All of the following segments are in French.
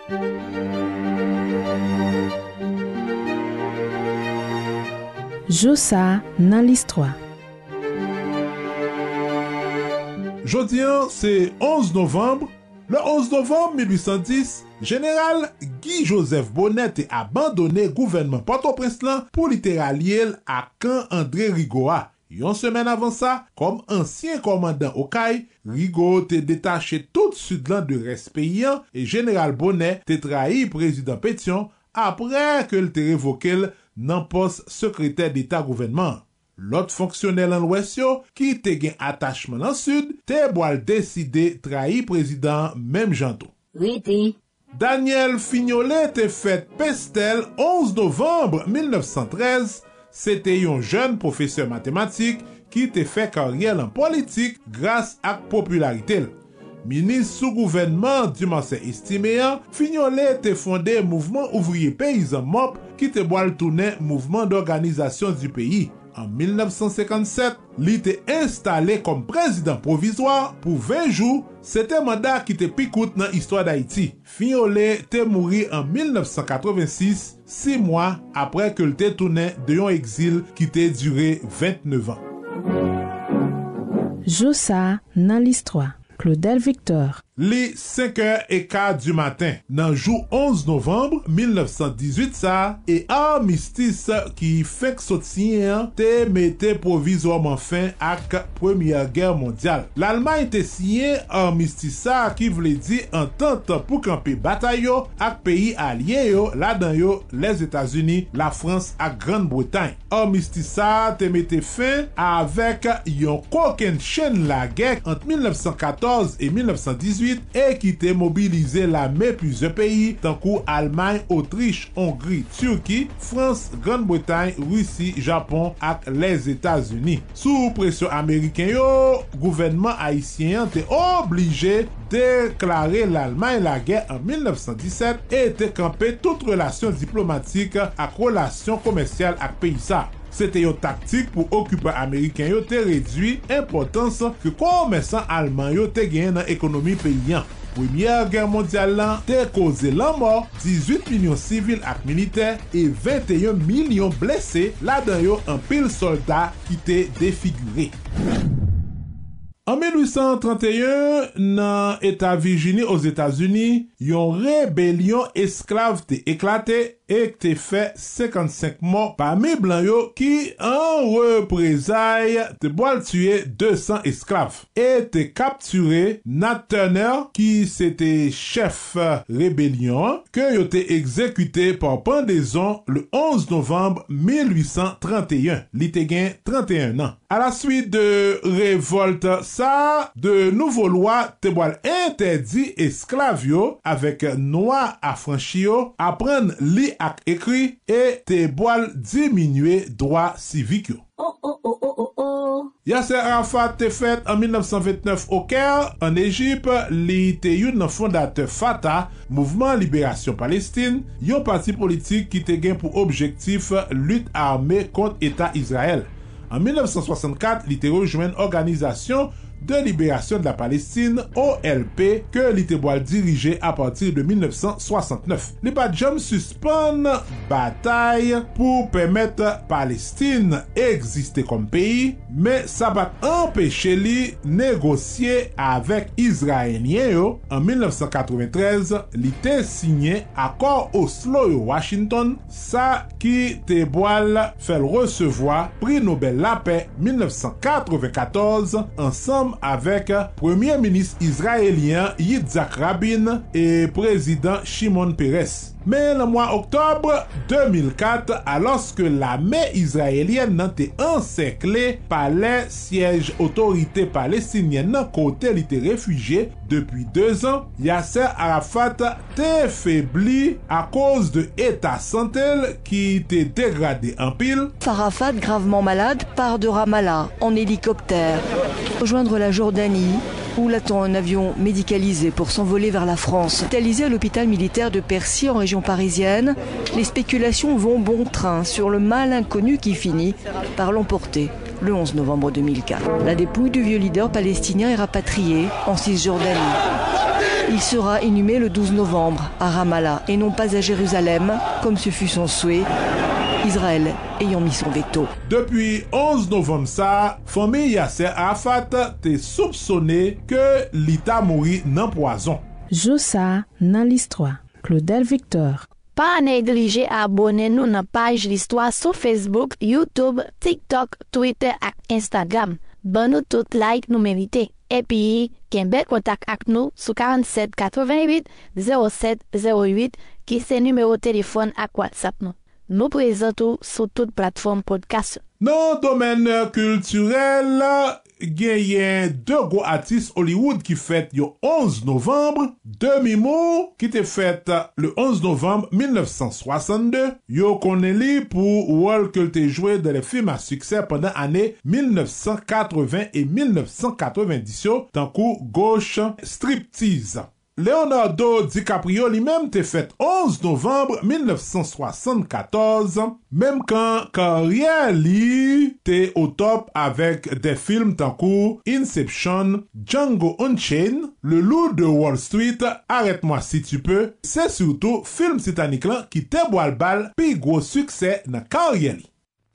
Josa dans l'histoire. Jeudi, c'est 11 novembre. Le 11 novembre 1810, général Guy-Joseph Bonnet a abandonné le gouvernement Port-au-Prince pour littéralement à camp André Rigaud. Une semaine avant ça, comme ancien commandant au CAI, Rigaud t'est détaché tout sud-land de reste paysan et général Bonnet t'est trahi président Pétion après que t'ait révoqué dans poste secrétaire d'État gouvernement. L'autre fonctionnaire en l'ouest qui te gen attachement en sud, te boal décidé trahir président même janto. Oui. Daniel Fignolet te fait pestel 11 novembre 1913. C'était un jeune professeur mathématique qui te fait carrière en politique grâce à popularité. Ministre sous gouvernement du Marseille estimé, Fignolet te fondé mouvement ouvrier paysan MOP qui te boal tourner mouvement d'organisation du pays. En 1957, il était installé comme président provisoire pour 20 jours. C'était un mandat qui était picoute dans l'histoire d'Haïti. Fignolet était mort en 1986, 6 mois après que il était tourné de un exil qui était duré 29 ans. Josa dans l'histoire. Claudel Victor. Les 5h15 du matin, dans le jour 11 novembre 1918, ça, et armistice qui fait que soutien te mettait provisoirement fin à la Première Guerre mondiale. L'Allemagne te signé armistice ça qui voulait dire entente pour camper bataille avec pays alliés là-dedans les États-Unis, la France et Grande-Bretagne. Armistice ça te mettait fin avec yon coquin chaîne la guerre entre 1914 et 1918 et qui t'a mobilisé l'armée plusieurs pays, tant que Allemagne, Autriche, Hongrie, Turquie, France, Grande-Bretagne, Russie, Japon et les États-Unis. Sous pression américaine, le gouvernement haïtien était obligé de déclarer l'Allemagne la guerre en 1917 et de camper toute relation diplomatique à relation commerciale avec pays ça. C'était une tactique pour occuper américain yo te réduit importance que commerçants allemands yo te gagné dans l'économie paysan. Première guerre mondiale te causé la mort 18 millions civils et militaires et 21 millions blessés là-dedans yo un pile soldats qui te défiguré. En 1831, dans l'État Virginie aux États-Unis, une rébellion esclave t'est éclatée et t'est fait 55 morts parmi blancs qui, en représailles, te boal tuer 200 esclaves. Et t'est capturé Nat Turner, qui c'était chef rébellion, que yo t'est exécuté par pendaison le 11 novembre 1831. Li te gen 31 ans. À la suite de révolte, ça, de nouveaux lois te boal interdit esclaves yo avec noir affranchi yo apprendre li ak écrit et te boal diminuer droit civique yo. Yasser Arafat te fait en 1929 au Caire, en Égypte, li te yon fondateur Fatah, Mouvement Libération Palestine, yon parti politique qui te gen pour objectif lutte armée contre État Israël. En 1964, il te rejoint l'Organisation de Libération de la Palestine, OLP, que li te boal dirigé à partir de 1969. Li pa jam suspend bataille pour permettre Palestine exister comme pays, mais ça va empêcher li négocier avec Israéliens yo. En 1993, li te signé accord Oslo yo Washington, ça qui te boal fait recevoir prix Nobel la paix 1994 ensemble avec Premier ministre israélien Yitzhak Rabin et président Shimon Peres. Mais le mois octobre 2004, alors que l'armée israélienne n'a été encerclée par les sièges autorités palestiniennes côté les réfugiés depuis 2 ans, Yasser Arafat t'est faibli à cause de état santé qui t'est dégradé en pile. Arafat, gravement malade, part de Ramallah en hélicoptère, rejoindre la Jordanie, où l'attend un avion médicalisé pour s'envoler vers la France. Hospitalisé à l'hôpital militaire de Percy en région parisienne, les spéculations vont bon train sur le mal inconnu qui finit par l'emporter le 11 novembre 2004. La dépouille du vieux leader palestinien est rapatriée en Cisjordanie. Il sera inhumé le 12 novembre à Ramallah et non pas à Jérusalem, comme ce fut son souhait, Israël ayant mis son veto. Depuis 11 novembre ça, famille Yasser Arafat te soupçonné que l'État mourit dans poison. Josa dans l'histoire. Claudel Victor. Pas négliger à abonner nous dans page l'histoire sur Facebook, YouTube, TikTok, Twitter et Instagram. Bon nous tout like nous mériter. Et puis, Kembet contact avec nous sur 47 88 07 08 qui c'est numéro téléphone à WhatsApp nous. Nous présentons sur toute plateforme podcast. Dans le domaine culturel, il y a deux gros artistes Hollywood qui fêtent le 11 novembre. Demi Moore qui te fête le 11 novembre 1962. Yo connaît pour rôle que te joué dans les films à succès pendant l'année 1980 et 1990 tant que Gauche Striptease. Leonardo DiCaprio lui-même te fait 11 novembre 1974, même quand carrière li te au top avec des films tant que Inception, Django Unchained, Le Loup de Wall Street, Arrête-moi si tu peux. C'est surtout film Titanic là qui te boit le bal puis gros succès dans carrière li.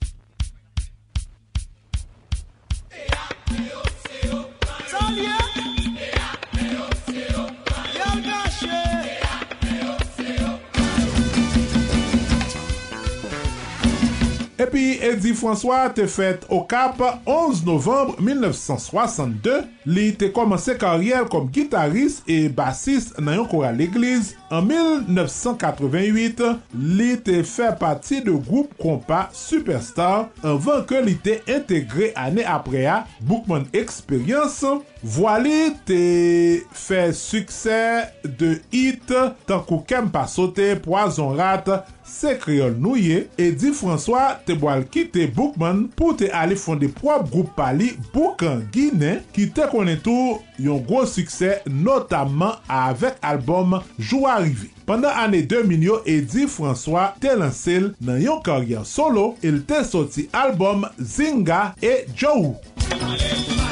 Et puis, Eddie François te fait au Cap 11 novembre 1962. Il te commencé carrière comme guitariste et bassiste dans un chorale l'église. En 1988, il te fait partie du groupe compas Superstar avant que il te intégré année après à Bookman Experience. Voilà te fait succès de hit tant que Kem pas sauté, Poison Rat, C'est Créole Nouillé. Eddie François te boal quitter Bookman pour te aller fonder propre groupe pali Boucan Guinée qui te connaît tout un gros succès notamment avec album Jou Arrivé. Pendant l'année 2000, Eddie François te lancé dans une carrière solo. Il te sorti album Zinga et Joe.